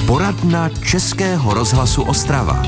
Poradna Českého rozhlasu Ostrava.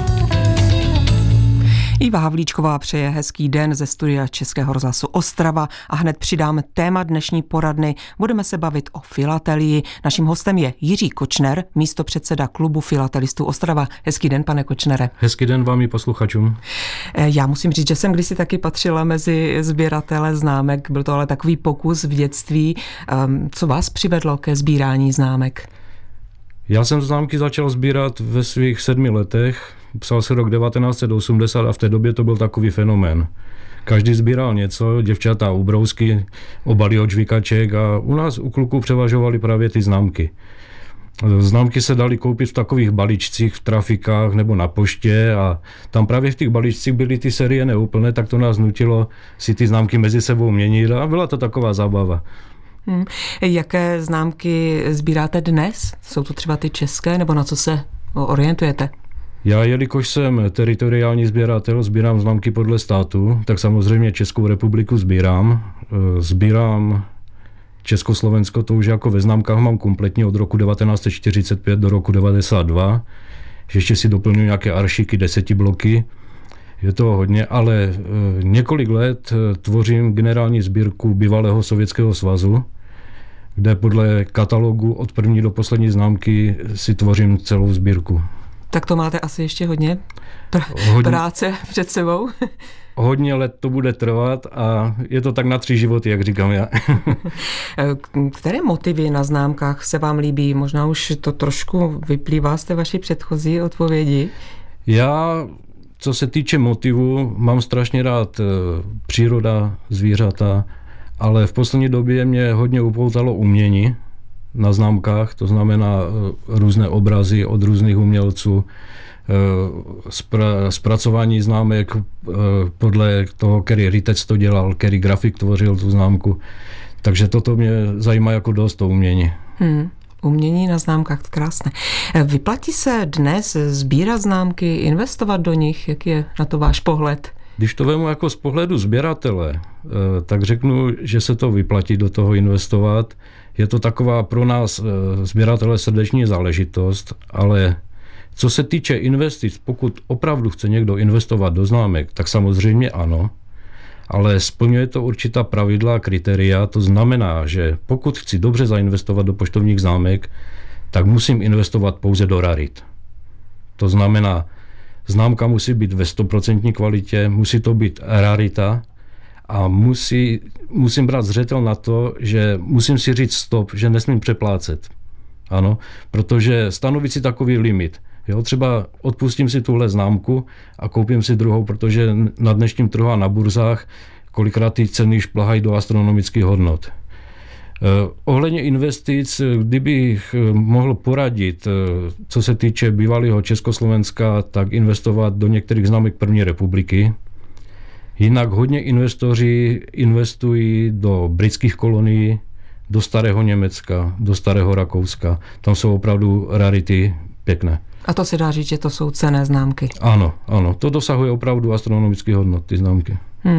Iva Havlíčková přeje hezký den ze studia Českého rozhlasu Ostrava a hned přidáme téma dnešní poradny. Budeme se bavit o filatelii. Naším hostem je Jiří Kočner, místopředseda klubu filatelistů Ostrava. Hezký den, pane Kočnere. Hezký den vám i posluchačům. Já musím říct, že jsem kdysi taky patřila mezi sběratele známek. Byl to ale takový pokus v dětství. Co vás přivedlo ke sbírání známek? Já jsem známky začal sbírat ve svých 7 letech. Psal se rok 1980 a v té době to byl takový fenomén. Každý sbíral něco, děvčata ubrousky, obaly od žvýkaček a u nás u kluků převažovaly právě ty známky. Známky se daly koupit v takových balíčcích v trafikách nebo na poště a tam právě v těch balíčcích byly ty série neúplné, tak to nás nutilo si ty známky mezi sebou měnit a byla to taková zábava. Jaké známky sbíráte dnes? Jsou to třeba ty české, nebo na co se orientujete? Já, jelikož jsem teritoriální sběratel, sbírám známky podle státu, tak samozřejmě Českou republiku sbírám. Sbírám Československo, to už jako ve známkách mám kompletně od roku 1945 do roku 1992. Ještě si doplňuji nějaké aršiky, 10 bloky. Je to hodně, ale několik let tvořím generální sbírku bývalého Sovětského svazu, kde podle katalogu od první do poslední známky si tvořím celou sbírku. Tak to máte asi ještě hodně práce před sebou. Hodně let to bude trvat a je to tak na 3 životy, jak říkám já. Které motivy na známkách se vám líbí? Možná už to trošku vyplývá z té vaší předchozí odpovědi. Já, co se týče motivu, mám strašně rád příroda, zvířata, ale v poslední době mě hodně upoutalo umění na známkách, to znamená různé obrazy od různých umělců, zpracování známek podle toho, který rytec to dělal, který grafik tvořil tu známku. Takže toto mě zajímá jako dost to umění. Umění na známkách, krásné. Vyplatí se dnes sbírat známky, investovat do nich? Jak je na to váš pohled? Když to vemu jako z pohledu sběratele, tak řeknu, že se to vyplatí do toho investovat. Je to taková pro nás sběratele srdeční záležitost, ale co se týče investic, pokud opravdu chce někdo investovat do známek, tak samozřejmě ano, ale splňuje to určitá pravidla a kritéria. To znamená, že pokud chci dobře zainvestovat do poštovních známek, tak musím investovat pouze do rarit. To znamená, známka musí být ve 100% kvalitě, musí to být rarita a musím brát zřetel na to, že musím si říct stop, že nesmím přeplácet. Ano, protože stanovit si takový limit. Jo, třeba odpustím si tuhle známku a koupím si druhou, protože na dnešním trhu a na burzách kolikrát ty ceny šplhají do astronomických hodnot. Ohledně investic, kdybych mohl poradit, co se týče bývalého Československa, tak investovat do některých známek první republiky. Jinak hodně investoři investují do britských kolonií, do starého Německa, do starého Rakouska. Tam jsou opravdu rarity pěkné. A to se dá říct, že to jsou cenné známky. Ano, to dosahuje opravdu astronomických hodnot, ty známky.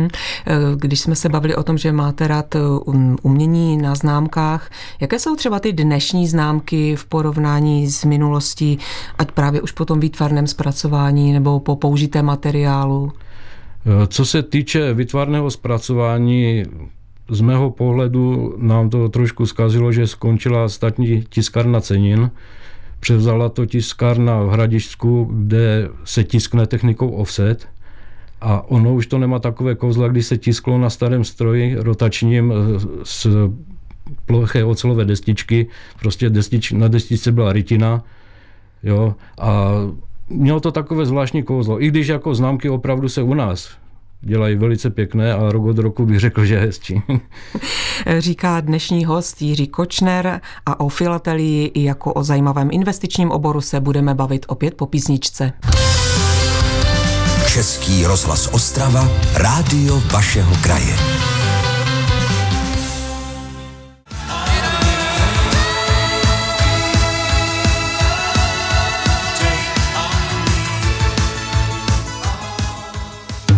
Když jsme se bavili o tom, že máte rád umění na známkách, jaké jsou třeba ty dnešní známky v porovnání s minulostí, ať právě už po tom výtvarném zpracování nebo po použitém materiálu? Co se týče výtvarného zpracování, z mého pohledu nám to trošku zkazilo, že skončila státní tiskárna cenin. Převzala to tiskárna v Hradišťsku, kde se tiskne technikou offset. A ono už to nemá takové kouzla, když se tisklo na starém stroji rotačním z ploché ocelové destičky. Prostě na destičce byla rytina. Jo, a mělo to takové zvláštní kouzlo. I když jako známky opravdu se u nás dělají velice pěkné a rok od roku bych řekl, že hezčí. Říká dnešní host Jiří Kočner a o filatelii i jako o zajímavém investičním oboru se budeme bavit opět po písničce. Český rozhlas Ostrava, rádio vašeho kraje.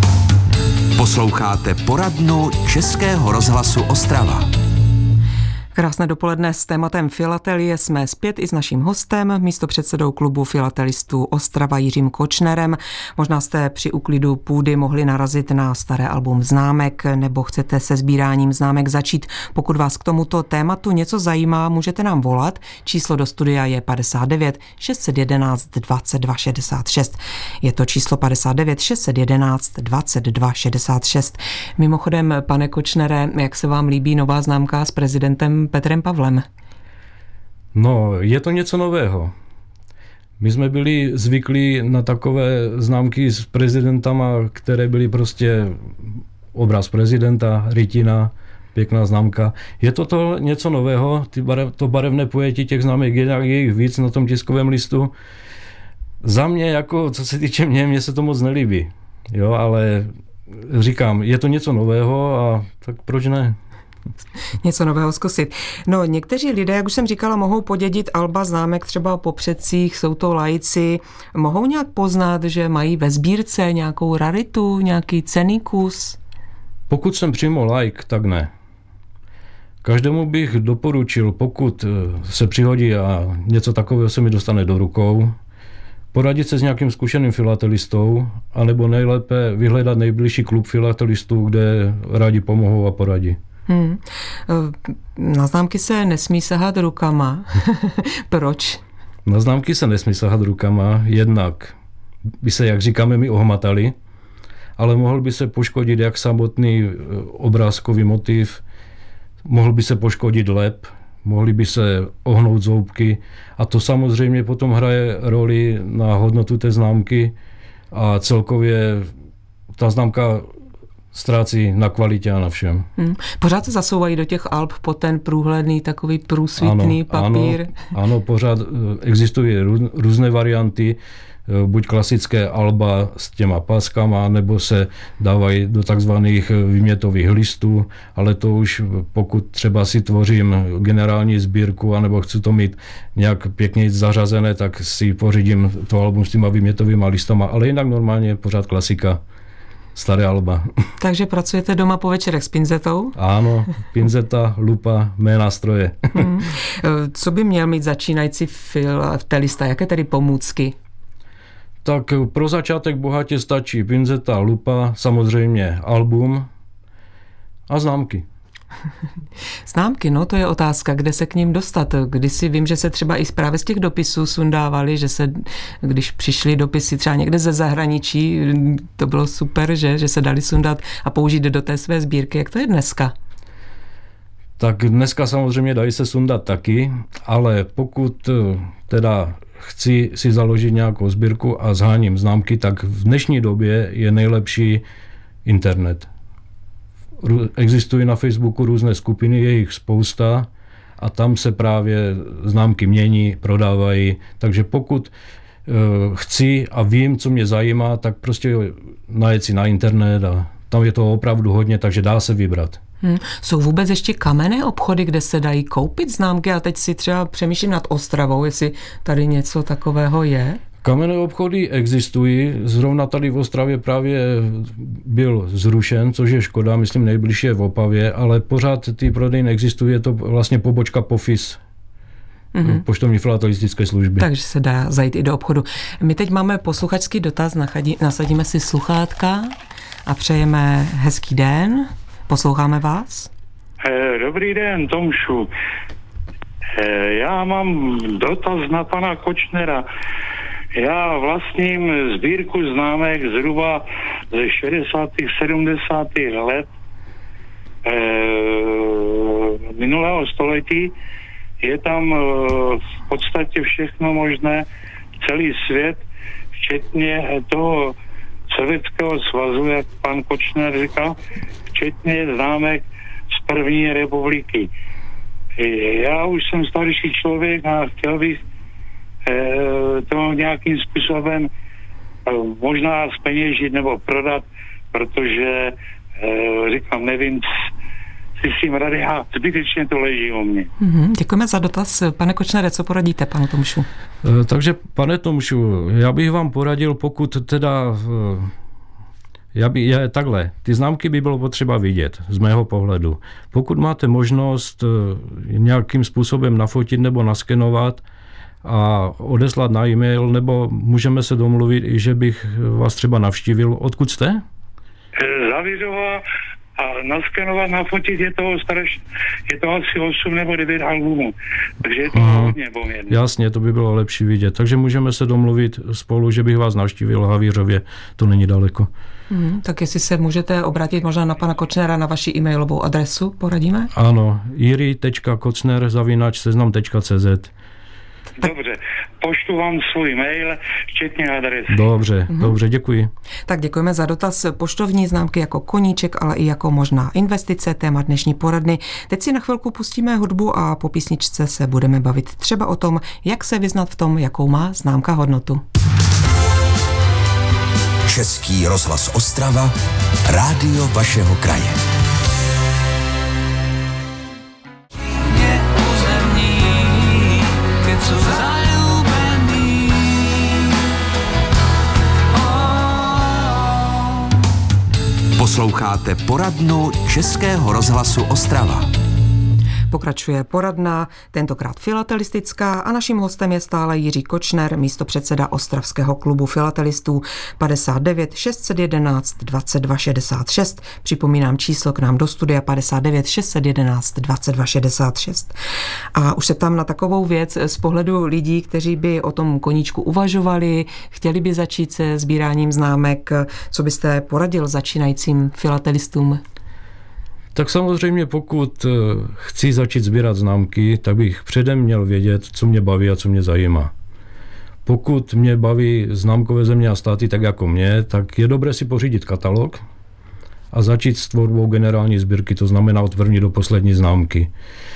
Posloucháte poradnu Českého rozhlasu Ostrava. Krásné dopoledne s tématem filatelie jsme zpět i s naším hostem, místopředsedou klubu filatelistů Ostrava Jiřím Kočnerem. Možná jste při úklidu půdy mohli narazit na staré album známek, nebo chcete se sbíráním známek začít. Pokud vás k tomuto tématu něco zajímá, můžete nám volat. Číslo do studia je 59 611 22 66. Je to číslo 59 611 22 66. Mimochodem, pane Kočnere, jak se vám líbí nová známka s prezidentem Petrem Pavlem? No, je to něco nového. My jsme byli zvyklí na takové známky s prezidentama, které byly prostě obraz prezidenta, rytina, pěkná známka. Je to něco nového, to barevné pojetí těch známek, je jich víc na tom tiskovém listu. Za mě, jako co se týče mně se to moc nelíbí. Jo, ale říkám, je to něco nového a tak proč ne? Něco nového zkusit. No, někteří lidé, jak už jsem říkala, mohou podědit alba známek třeba po předcích, jsou to laici, mohou nějak poznat, že mají ve sbírce nějakou raritu, nějaký cenný kus? Pokud jsem přímo laik, tak ne. Každému bych doporučil, pokud se přihodí a něco takového se mi dostane do rukou, poradit se s nějakým zkušeným filatelistou, anebo nejlépe vyhledat nejbližší klub filatelistů, kde rádi pomohou a poradí. Na známky se nesmí sahat rukama. Proč? Na známky se nesmí sahat rukama, jednak by se, jak říkáme, my ohmatali, ale mohl by se poškodit jak samotný obrázkový motiv, mohl by se poškodit lep, mohly by se ohnout zoubky a to samozřejmě potom hraje roli na hodnotu té známky a celkově ta známka ztrácí na kvalitě a na všem. Pořád se zasouvají do těch alb po ten průhledný, takový průsvitný papír. Ano, pořád existují různé varianty, buď klasické alba s těma páskama, nebo se dávají do takzvaných výmětových listů, ale to už pokud třeba si tvořím generální sbírku, anebo chci to mít nějak pěkně zařazené, tak si pořídím to album s těma výmětovýma listama, ale jinak normálně pořád klasika. Staré alba. Takže pracujete doma po večerech s pinzetou? Ano, pinzeta, lupa, mé nástroje. Co by měl mít začínající filatelista? Jaké tedy pomůcky? Tak pro začátek bohatě stačí pinzeta, lupa, samozřejmě album a známky. Známky, no to je otázka, kde se k ním dostat. Kdysi vím, že se třeba i právě z těch dopisů sundávali, že se, když přišly dopisy třeba někde ze zahraničí, to bylo super, že se dali sundat a použít do té své sbírky. Jak to je dneska? Tak dneska samozřejmě dají se sundat taky, ale pokud teda chci si založit nějakou sbírku a zháním známky, tak v dnešní době je nejlepší internet. Existují na Facebooku různé skupiny, je jich spousta a tam se právě známky mění, prodávají. Takže pokud chci a vím, co mě zajímá, tak prostě najet si na internet a tam je to opravdu hodně, takže dá se vybrat. Jsou vůbec ještě kamenné obchody, kde se dají koupit známky? A teď si třeba přemýšlím nad Ostravou, jestli tady něco takového je. Kamenné obchody existují, zrovna tady v Ostravě právě byl zrušen, což je škoda, myslím nejbližší je v Opavě, ale pořád ty prodejny existují, je to vlastně pobočka POFIS, poštovní filatelistické služby. Takže se dá zajít i do obchodu. My teď máme posluchačský dotaz, nasadíme si sluchátka a přejeme hezký den. Posloucháme vás. Dobrý den, Tomšu. Já mám dotaz na pana Kočnera. Já vlastním sbírku známek zhruba ze 60. 70. let minulého století. Je tam v podstatě všechno možné, celý svět, včetně toho Sovětského svazu, jak pan Kočner říkal, včetně známek z první republiky. Já už jsem starší člověk a chtěl bych to nějakým způsobem možná zpeněžit nebo prodat, protože říkám, nevím, si s tím rady a zbytečně to leží o mě. Děkujeme za dotaz. Pane Kočnere, co poradíte panu Tomšu? Takže pane Tomšu, já bych vám poradil, pokud teda Takhle, ty známky by bylo potřeba vidět, z mého pohledu. Pokud máte možnost nějakým způsobem nafotit nebo naskenovat a odeslat na e-mail, nebo můžeme se domluvit, že bych vás třeba navštívil. Odkud jste? Závěřová a naskenovat, nafotit je to asi 8 nebo 9 albumů. Takže je to hodně poměrně. Jasně, to by bylo lepší vidět. Takže můžeme se domluvit spolu, že bych vás navštívil v Havířově, to není daleko. Tak jestli se můžete obrátit možná na pana Kočnera na vaši e-mailovou adresu, poradíme? Ano, jiri.kocner@seznam.cz. Dobře, pošlu vám svůj mail, včetně adresy. Dobře, děkuji. Tak děkujeme za dotaz. Poštovní známky jako koníček, ale i jako možná investice, téma dnešní poradny. Teď si na chvilku pustíme hudbu a po písničce se budeme bavit třeba o tom, jak se vyznat v tom, jakou má známka hodnotu. Český rozhlas Ostrava, rádio vašeho kraje. Posloucháte poradnu Českého rozhlasu Ostrava. Pokračuje poradna, tentokrát filatelistická a naším hostem je stále Jiří Kočner, místopředseda Ostravského klubu filatelistů 59 611 22 66. Připomínám číslo k nám do studia 59 611 22 66. A už se tam na takovou věc z pohledu lidí, kteří by o tom koníčku uvažovali, chtěli by začít se sbíráním známek. Co byste poradil začínajícím filatelistům? Tak samozřejmě, pokud chci začít sbírat známky, tak bych předem měl vědět, co mě baví a co mě zajímá. Pokud mě baví známkové země a státy tak jako mě, tak je dobré si pořídit katalog a začít s tvorbou generální sbírky, to znamená od první do poslední známky.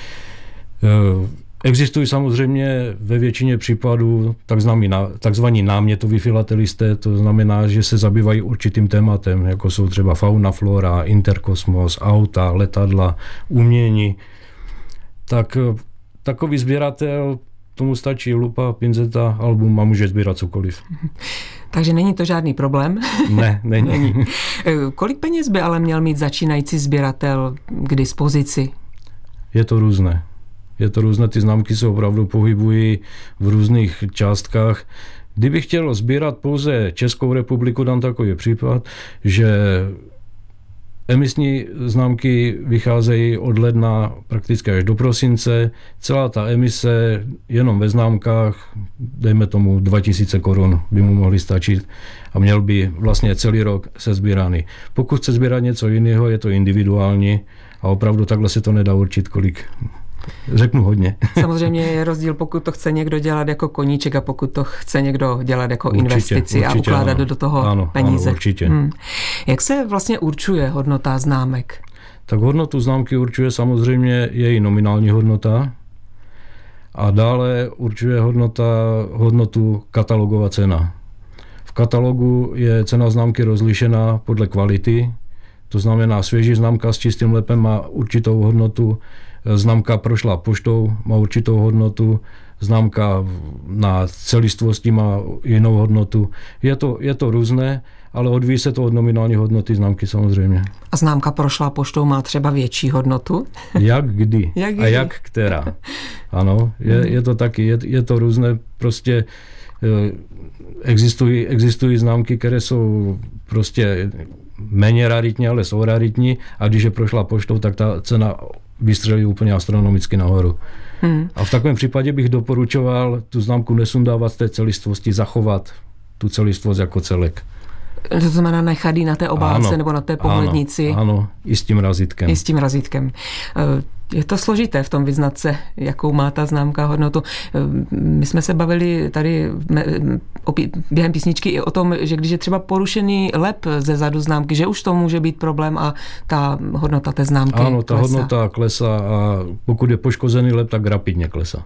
Existují samozřejmě ve většině případů takzvaní námětoví filatelisté, to znamená, že se zabývají určitým tématem, jako jsou třeba fauna, flora, interkosmos, auta, letadla, umění. Tak takový sběratel, tomu stačí lupa, pinzeta, album a může sbírat cokoliv. Takže není to žádný problém? Ne, není. Kolik peněz by ale měl mít začínající sběratel k dispozici? Je to různé, ty známky se opravdu pohybují v různých částkách. Kdybych chtěl sbírat pouze Českou republiku, dám takový případ, že emisní známky vycházejí od ledna prakticky až do prosince. Celá ta emise jenom ve známkách, dejme tomu 2000 korun, by mu mohly stačit a měl by vlastně celý rok se sbíraný. Pokud chce sbírat něco jiného, je to individuální a opravdu takhle se to nedá určit, kolik. Řeknu hodně. Samozřejmě je rozdíl, pokud to chce někdo dělat jako koníček a pokud to chce někdo dělat jako investici a ukládat do toho peníze. Ano, určitě. Jak se vlastně určuje hodnota známek? Tak hodnotu známky určuje samozřejmě její nominální hodnota a dále určuje hodnotu katalogová cena. V katalogu je cena známky rozlišena podle kvality, to znamená svěží známka s čistým lepem má určitou hodnotu, známka prošla poštou má určitou hodnotu, známka na celistvosti má jinou hodnotu. Je to různé, ale odvíjí se to od nominální hodnoty známky samozřejmě. A známka prošla poštou má třeba větší hodnotu? Jak kdy? A jak která. Ano, je to taky, je to různé, prostě existují známky, které jsou prostě méně raritní, ale jsou raritní a když je prošla poštou, tak ta cena vystřelí úplně astronomicky nahoru. A v takovém případě bych doporučoval tu známku nesundávat z té celistvosti, zachovat tu celistvost jako celek. To znamená nechat ji na té obálce nebo na té pohlednici. Ano, i s tím razítkem. Je to složité v tom vyznat se, jakou má ta známka hodnotu. My jsme se bavili tady během písničky i o tom, že když je třeba porušený lep ze zadu známky, že už to může být problém a ta hodnota té známky klesá. Ano, ta hodnota klesá a pokud je poškozený lep, tak rapidně klesá.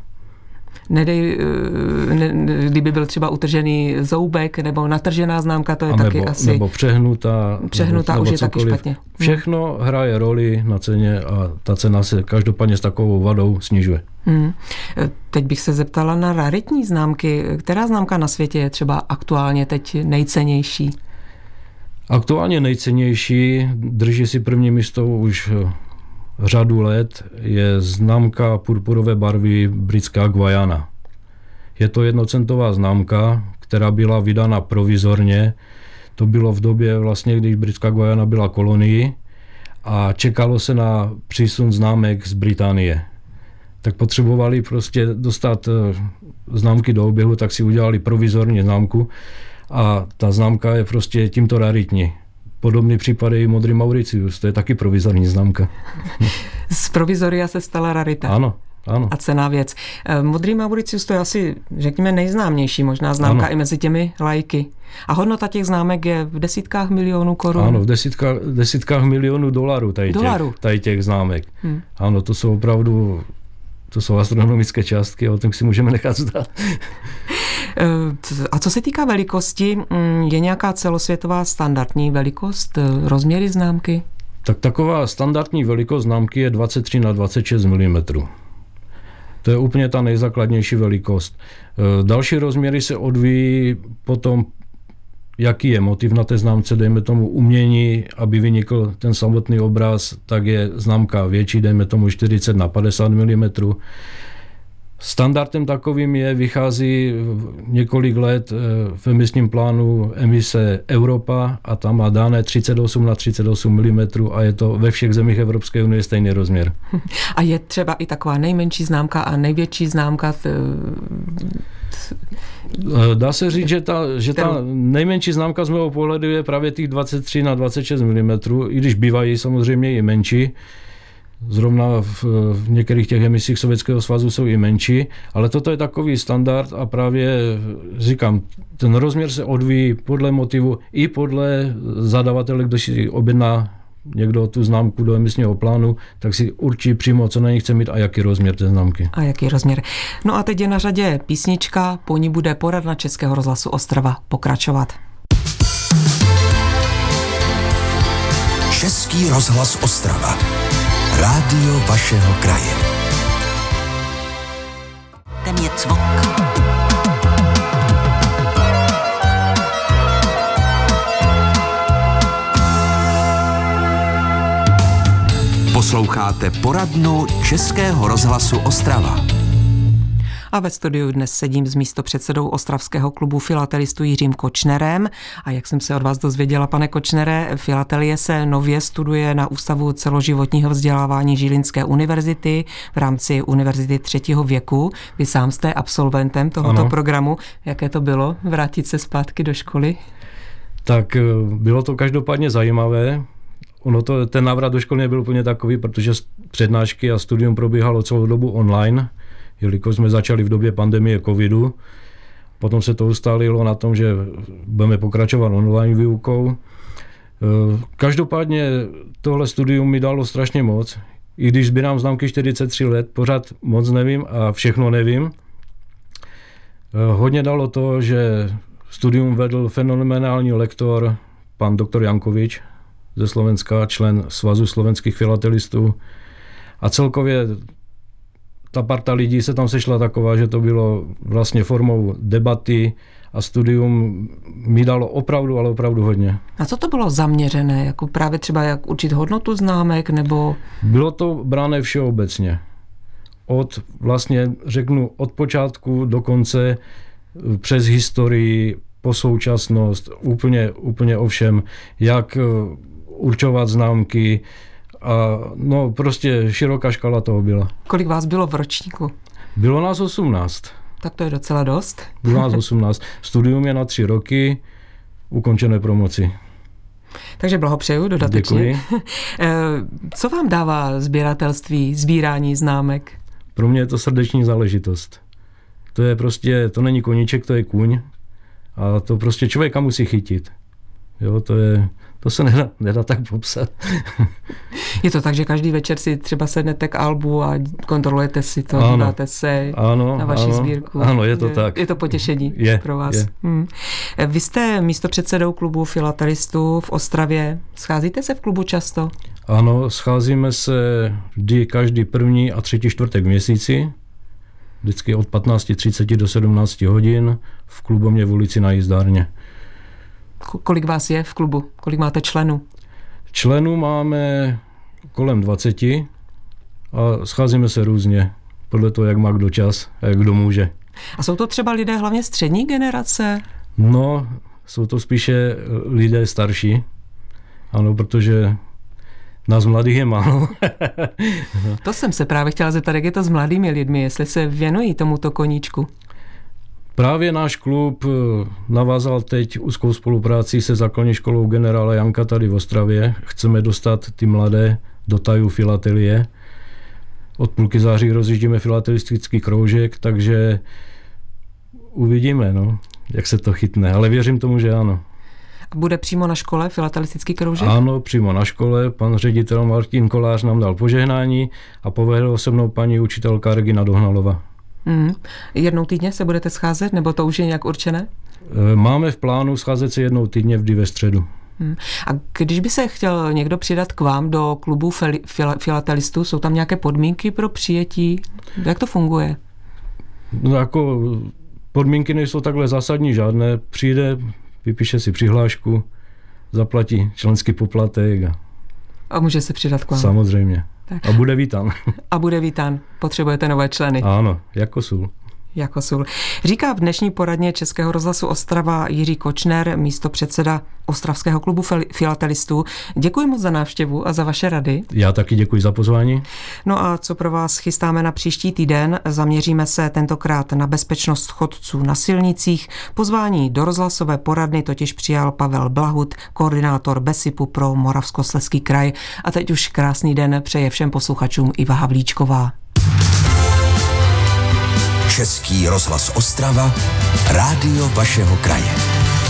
Kdyby byl třeba utržený zoubek nebo natržená známka, to je taky asi... Nebo přehnutá už je taky špatně. Všechno hraje roli na ceně a ta cena se každopádně s takovou vadou snižuje. Teď bych se zeptala na raritní známky. Která známka na světě je třeba aktuálně teď nejcennější? Aktuálně nejcennější, drží si první místo už řadu let, je známka purpurové barvy britská Guayana. Je to jednocentová známka, která byla vydána provizorně. To bylo v době vlastně, když britská Guayana byla kolonií a čekalo se na přísun známek z Británie. Tak potřebovali prostě dostat známky do oběhu, tak si udělali provizorně známku a ta známka je prostě tímto raritní. Podobný případ je i modrý Mauricius, to je taky provizorní známka. Z provizoria se stala rarita. Ano. A cenná věc. Modrý Mauricius to je asi, řekněme, nejznámější možná známka i mezi těmi laiky. A hodnota těch známek je v desítkách milionů korun. Ano, v desítkách milionů dolarů tady těch známek. Ano, to jsou opravdu, to jsou astronomické částky, o tom si můžeme nechat zdát. A co se týká velikosti, je nějaká celosvětová standardní velikost, rozměry známky? Tak taková standardní velikost známky je 23 na 26 mm. To je úplně ta nejzákladnější velikost. Další rozměry se odvíjí potom, jaký je motiv na té známce, dejme tomu umění, aby vynikl ten samotný obraz, tak je známka větší, dejme tomu 40 na 50 mm. Standardem takovým vychází několik let v emisním plánu emise Evropa a tam má dané 38 na 38 mm a je to ve všech zemích Evropské unie stejný rozměr. A je třeba i taková nejmenší známka a největší známka? Dá se říct, že ta nejmenší známka z mého pohledu je právě těch 23 na 26 mm, i když bývají samozřejmě i menší. Zrovna v některých těch emisích Sovětského svazu jsou i menší, ale toto je takový standard a právě říkám, ten rozměr se odvíjí podle motivu i podle zadavatele, kdo si objedná někdo tu známku do emisního plánu, tak si určí přímo, co na ní chce mít a jaký rozměr té známky. A jaký rozměr. No a teď je na řadě písnička, po ní bude poradna Českého rozhlasu Ostrava pokračovat. Český rozhlas Ostrava. Rádio vašeho kraje. Ten je cvok. Posloucháte poradnu Českého rozhlasu Ostrava. A ve studiu dnes sedím s místopředsedou Ostravského klubu filatelistů Jiřím Kočnerem. A jak jsem se od vás dozvěděla, pane Kočnere, filatelie se nově studuje na Ústavu celoživotního vzdělávání Žilinské univerzity v rámci Univerzity 3. věku. Vy sám jste absolventem tohoto programu. Jaké to bylo vrátit se zpátky do školy? Tak bylo to každopádně zajímavé. Ten návrat do školy nebyl úplně takový, protože přednášky a studium probíhalo celou dobu online, jelikož jsme začali v době pandemie covidu. Potom se to ustálilo na tom, že budeme pokračovat online výukou. Každopádně tohle studium mi dalo strašně moc. I když sbírám známky 43 let, pořád moc nevím a všechno nevím. Hodně dalo to, že studium vedl fenomenální lektor, pan doktor Jankovič ze Slovenska, člen Svazu slovenských filatelistů. A celkově ta parta lidí se tam sešla taková, že to bylo vlastně formou debaty a studium mi dalo opravdu, ale opravdu hodně. A co to bylo zaměřené? Jako právě třeba jak učit hodnotu známek, nebo? Bylo to bráno všeobecně. Od počátku do konce, přes historii, po současnost, úplně o všem, jak určovat známky, a prostě široká škala toho byla. Kolik vás bylo v ročníku? Bylo nás 18. Tak to je docela dost. Bylo nás 18. Studium je na 3 roky, ukončené promoci. Takže blahopřeju dodatečně. Děkuji. Co vám dává sběratelství, sbírání známek? Pro mě je to srdeční záležitost. To je prostě, to není koníček, to je kůň. A to prostě člověka musí chytit. Jo, to se nedá tak popsat. Je to tak, že každý večer si třeba sednete k albu a kontrolujete si to, díváte se na vaši sbírku. Ano, je to tak. Je to potěšení pro vás. Vy jste místopředsedou klubu filatelistů v Ostravě. Scházíte se v klubu často? Ano, scházíme se každý první a třetí čtvrtek v měsíci. Vždycky od 15:30 do 17 hodin v klubomě v ulici Na Jízdárně. Kolik vás je v klubu? Kolik máte členů? Členů máme kolem 20 a scházíme se různě, podle toho, jak má kdo čas a jak kdo může. A jsou to třeba lidé hlavně střední generace? No, jsou to spíše lidé starší, ano, protože nás mladých je málo. To jsem se právě chtěla zeptat, jak je to s mladými lidmi, jestli se věnují tomuto koníčku. Právě náš klub navázal teď úzkou spolupráci se základní školou generála Janka tady v Ostravě. Chceme dostat ty mladé do tajů filatelie. Od půlky září rozjíždíme filatelistický kroužek, takže uvidíme, jak se to chytne. Ale věřím tomu, že ano. A bude přímo na škole filatelistický kroužek? Ano, přímo na škole. Pan ředitel Martin Kolář nám dal požehnání a povedla se mnou paní učitelka Regina Dohnalova. Jednou týdně se budete scházet, nebo to už je nějak určené? Máme v plánu scházet se jednou týdně vždy ve středu. A když by se chtěl někdo přidat k vám do klubu filatelistů, jsou tam nějaké podmínky pro přijetí? Jak to funguje? No, jako podmínky nejsou takhle zásadní žádné. Přijde, vypíše si přihlášku, zaplatí členský poplatek. A může se přidat k vám? Samozřejmě. Tak. A bude vítán. A bude vítán. Potřebujete nové členy. Ano, jako sůl. Jako sůl. Říká v dnešní poradně Českého rozhlasu Ostrava Jiří Kočner, místopředseda Ostravského klubu filatelistů. Děkuji moc za návštěvu a za vaše rady. Já taky děkuji za pozvání. No a co pro vás chystáme na příští týden? Zaměříme se tentokrát na bezpečnost chodců na silnicích. Pozvání do rozhlasové poradny totiž přijal Pavel Blahut, koordinátor BESIPu pro Moravskoslezský kraj. A teď už krásný den přeje všem posluchačům Iva Havlíčková. Český rozhlas Ostrava, rádio vašeho kraje.